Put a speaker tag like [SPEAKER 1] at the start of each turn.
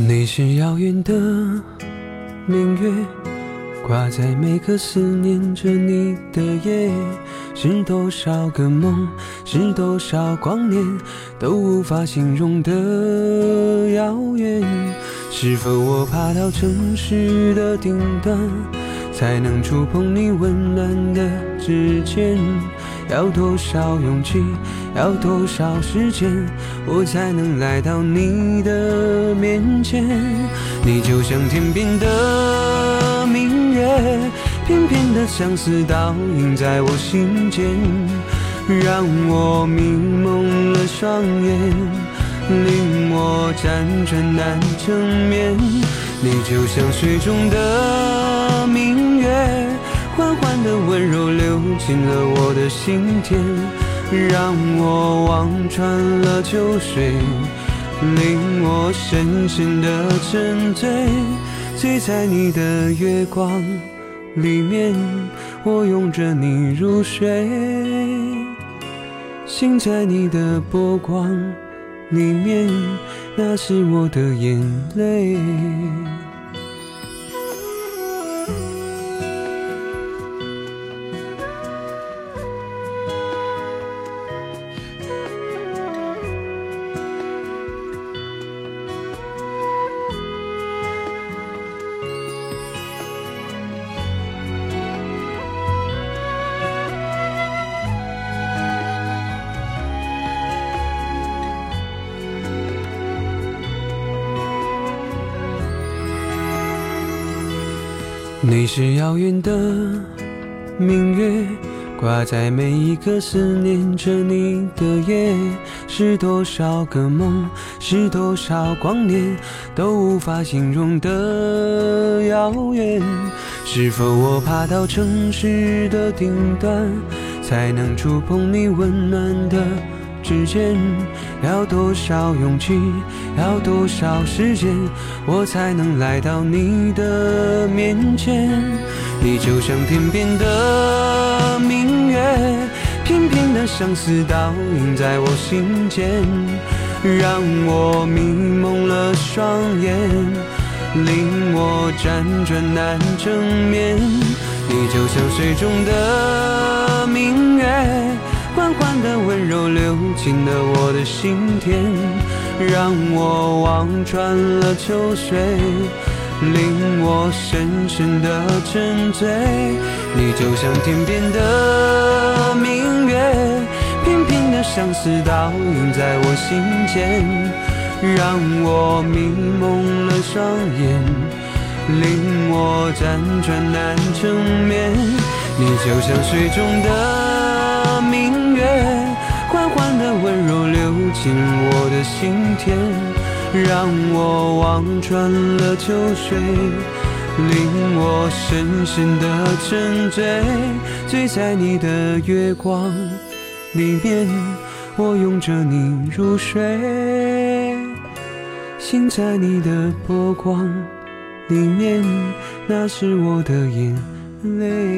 [SPEAKER 1] 你是遥远的明月，挂在每个思念着你的夜，是多少个梦，是多少光年，都无法形容的遥远。是否我爬到城市的顶端，才能触碰你温暖的指尖？要多少勇气，要多少时间，我才能来到你的面前？你就像天边的明月，片片的相思倒映在我心间，让我迷蒙了双眼，令我辗转难成眠。你就像水中的明月，缓缓的温柔流进了我的心田，让我望穿了秋水，令我深深的沉醉。醉在你的月光里面，我拥着你入睡，醒在你的波光里面，那是我的眼泪。你是遥远的明月，挂在每一个思念着你的夜，是多少个梦，是多少光年，都无法形容的遥远。是否我爬到城市的顶端，才能触碰你温暖的指尖？要多少勇气，要多少时间，我才能来到你的面前？你就像天边的明月，片片的相思倒映在我心间，让我迷蒙了双眼，令我辗转难成眠。你就像水中的明月，缓缓的温柔流进了我的心田，让我望穿了秋水，令我深深的沉醉。你就像天边的明月，片片的相思倒映在我心间，让我迷蒙了双眼，令我辗转难成眠。你就像水中的明月，缓缓的温柔流进我的心田，让我望穿了秋水，令我深深的沉醉。醉在你的月光里面，我拥着你入睡，醒在你的波光里面，那是我的眼泪。